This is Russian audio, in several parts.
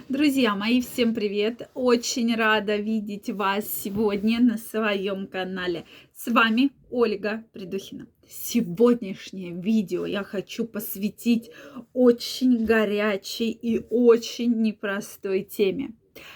Друзья мои, всем привет! Очень рада видеть вас сегодня на своем канале. С вами Ольга Придухина. Сегодняшнее видео я хочу посвятить очень горячей и очень непростой теме.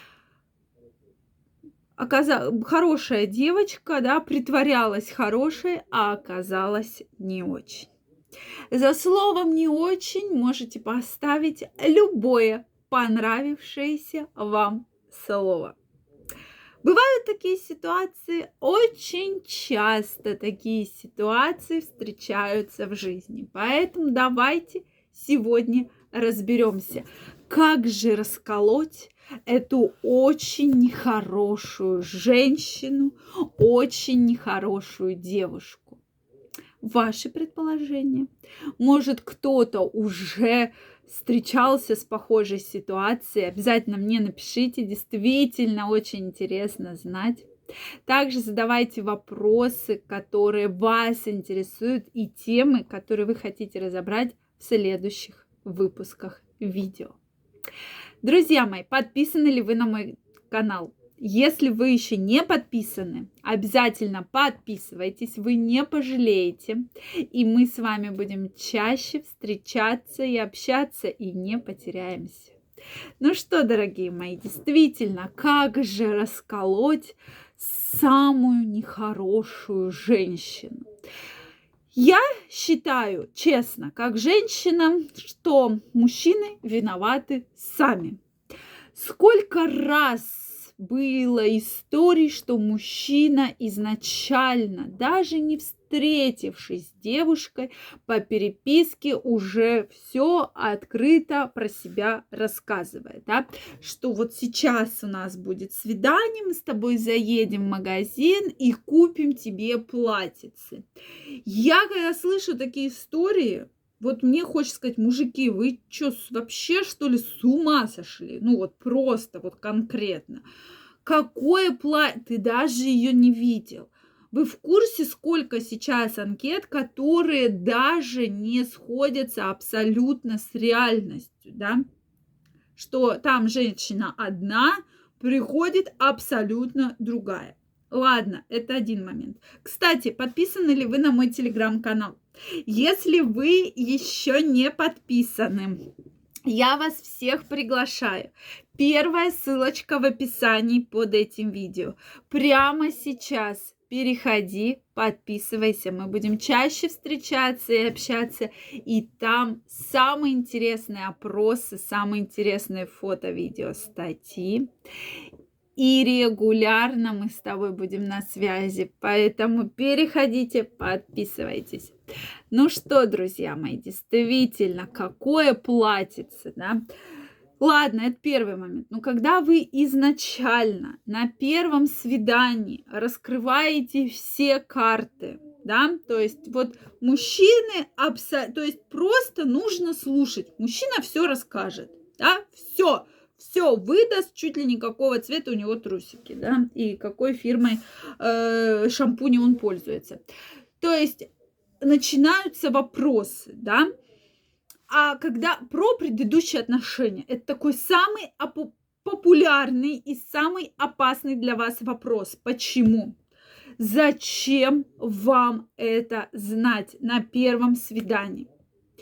Хорошая девочка, да, притворялась хорошей, а оказалась не очень. За словом «не очень» можете поставить любое понравившееся вам слово. Бывают такие ситуации, очень часто такие ситуации встречаются в жизни. Поэтому давайте сегодня разберемся, как же расколоть эту очень нехорошую женщину, очень нехорошую девушку. Ваши предположения? Может, кто-то уже встречался с похожей ситуацией? Обязательно мне напишите, действительно очень интересно знать. Также задавайте вопросы, которые вас интересуют, и темы, которые вы хотите разобрать в следующих выпусках видео. Друзья мои, подписаны ли вы на мой канал? Если вы еще не подписаны, обязательно подписывайтесь, вы не пожалеете. И мы с вами будем чаще встречаться и общаться, и не потеряемся. Ну что, дорогие мои, действительно, как же расколоть самую нехорошую женщину? Я считаю, честно, как женщина, что мужчины виноваты сами. Сколько раз было историй, что мужчина изначально, даже не встретившись с девушкой по переписке, уже все открыто про себя рассказывает, да? Что вот сейчас у нас будет свидание, мы с тобой заедем в магазин и купим тебе платьице. Я когда слышу такие истории, вот мне хочется сказать: мужики, вы чё, вообще, что ли, с ума сошли? Ну вот просто, вот конкретно. Какое платье? Ты даже ее не видел. Вы в курсе, сколько сейчас анкет, которые даже не сходятся абсолютно с реальностью, да? Что там женщина одна, приходит абсолютно другая. Ладно, это один момент. Кстати, подписаны ли вы на мой телеграм-канал? Если вы еще не подписаны, я вас всех приглашаю. Первая ссылочка в описании под этим видео. Прямо сейчас переходи, подписывайся. Мы будем чаще встречаться и общаться. И там самые интересные опросы, самые интересные фото, видео, статьи. И регулярно мы с тобой будем на связи. Поэтому переходите, подписывайтесь. Ну что, друзья мои, действительно, какое платьице, да? Ладно, это первый момент. Но когда вы изначально на первом свидании раскрываете все карты, да, то есть вот мужчины, то есть просто нужно слушать. Мужчина все расскажет, да, все выдаст, чуть ли не какого цвета у него трусики, да, и какой фирмой шампуня он пользуется. То есть начинаются вопросы, да. А когда про предыдущие отношения, это такой самый популярный и самый опасный для вас вопрос. Почему? Зачем вам это знать на первом свидании?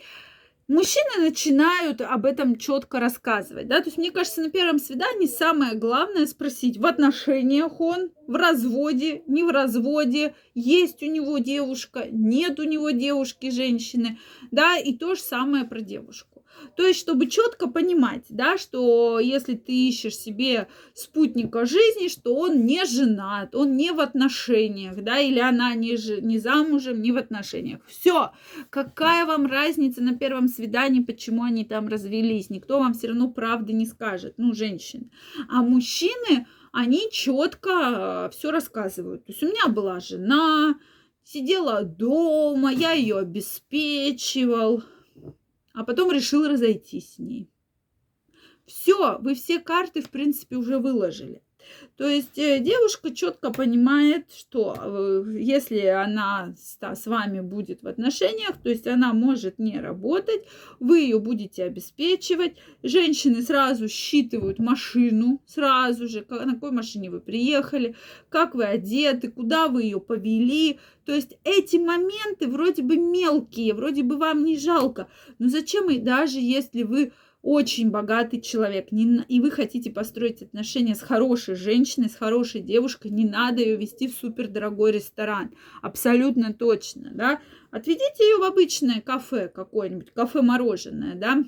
Мужчины начинают об этом четко рассказывать, да, то есть мне кажется, на первом свидании самое главное спросить, в отношениях он, в разводе, не в разводе, есть у него девушка, нет у него девушки, женщины, да, и то же самое про девушку. То есть, чтобы четко понимать, да, что если ты ищешь себе спутника жизни, что он не женат, он не в отношениях, да, или она не замужем, не в отношениях. Все. Какая вам разница на первом свидании, почему они там развелись? Никто вам все равно правды не скажет, ну, женщины. А мужчины, они четко все рассказывают. То есть у меня была жена, сидела дома, я ее обеспечивал, а потом решил разойтись с ней. Все, вы все карты, в принципе, уже выложили. То есть девушка четко понимает, что если она с вами будет в отношениях, то есть она может не работать, вы ее будете обеспечивать. Женщины сразу считывают машину, сразу же, на какой машине вы приехали, как вы одеты, куда вы ее повели. То есть эти моменты вроде бы мелкие, вроде бы вам не жалко, но зачем, и даже если вы очень богатый человек, и вы хотите построить отношения с хорошей женщиной, с хорошей девушкой, не надо ее вести в супердорогой ресторан. Абсолютно точно, да. Отведите ее в обычное кафе какое-нибудь, кафе-мороженое, да,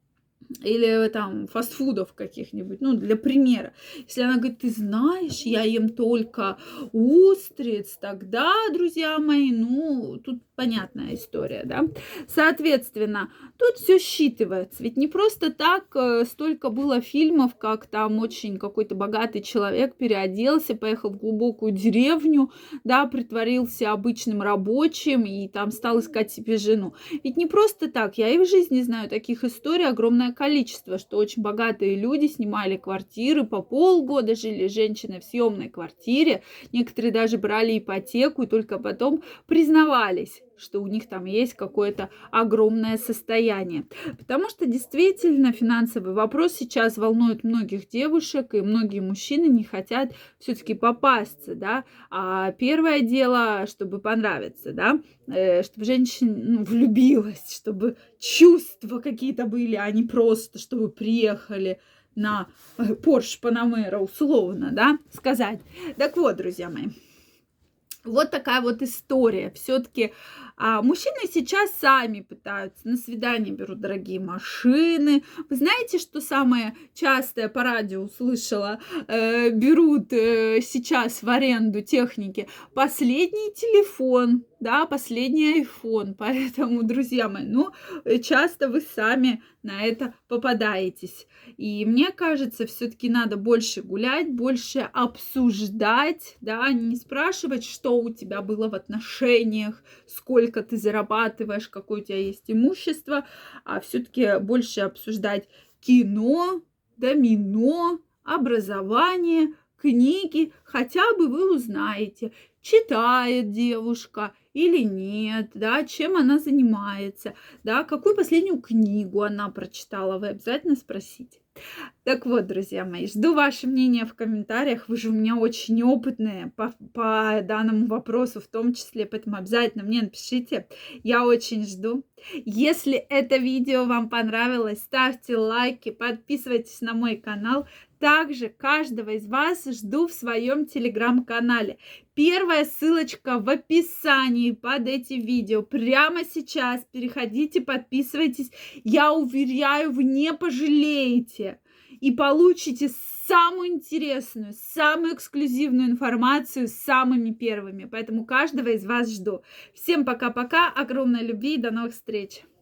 или там фастфудов каких-нибудь, ну, для примера. Если она говорит, ты знаешь, я ем только устриц, тогда, друзья мои, ну, тут понятная история, да. Соответственно, тут все считывается. Ведь не просто так столько было фильмов, как там очень какой-то богатый человек переоделся, поехал в глубокую деревню, да, притворился обычным рабочим и там стал искать себе жену. Ведь не просто так. Я и в жизни знаю таких историй огромное количество, что очень богатые люди снимали квартиры, по полгода жили женщины в съемной квартире, некоторые даже брали ипотеку и только потом признавались, что у них там есть какое-то огромное состояние. Потому что действительно финансовый вопрос сейчас волнует многих девушек, и многие мужчины не хотят все-таки попасться, да. А первое дело, чтобы понравиться, да, чтобы женщина влюбилась, чтобы чувства какие-то были, а не просто, чтобы приехали на Porsche Panamera, условно, да, сказать. Так вот, друзья мои, вот такая вот история. Все-таки мужчины сейчас сами пытаются, на свидание берут дорогие машины. Вы знаете, что самое частое по радио услышала? Берут сейчас в аренду техники последний телефон, да, последний iPhone. Поэтому, друзья мои, ну, часто вы сами на это попадаетесь. И мне кажется, все-таки надо больше гулять, больше обсуждать, да, не спрашивать, что у тебя было в отношениях, сколько ты зарабатываешь, какое у тебя есть имущество, а все-таки больше обсуждать кино, домино, образование, книги, хотя бы вы узнаете, читает девушка или нет, да, чем она занимается, да, какую последнюю книгу она прочитала, вы обязательно спросите. Так вот, друзья мои, жду ваше мнение в комментариях. Вы же у меня очень опытные по данному вопросу в том числе, поэтому обязательно мне напишите. Я очень жду. Если это видео вам понравилось, ставьте лайки, подписывайтесь на мой канал. Также каждого из вас жду в своем телеграм-канале. Первая ссылочка в описании под этим видео. Прямо сейчас переходите, подписывайтесь. Я уверяю, вы не пожалеете. И получите самую интересную, самую эксклюзивную информацию самыми первыми. Поэтому каждого из вас жду. Всем пока-пока, огромной любви и до новых встреч!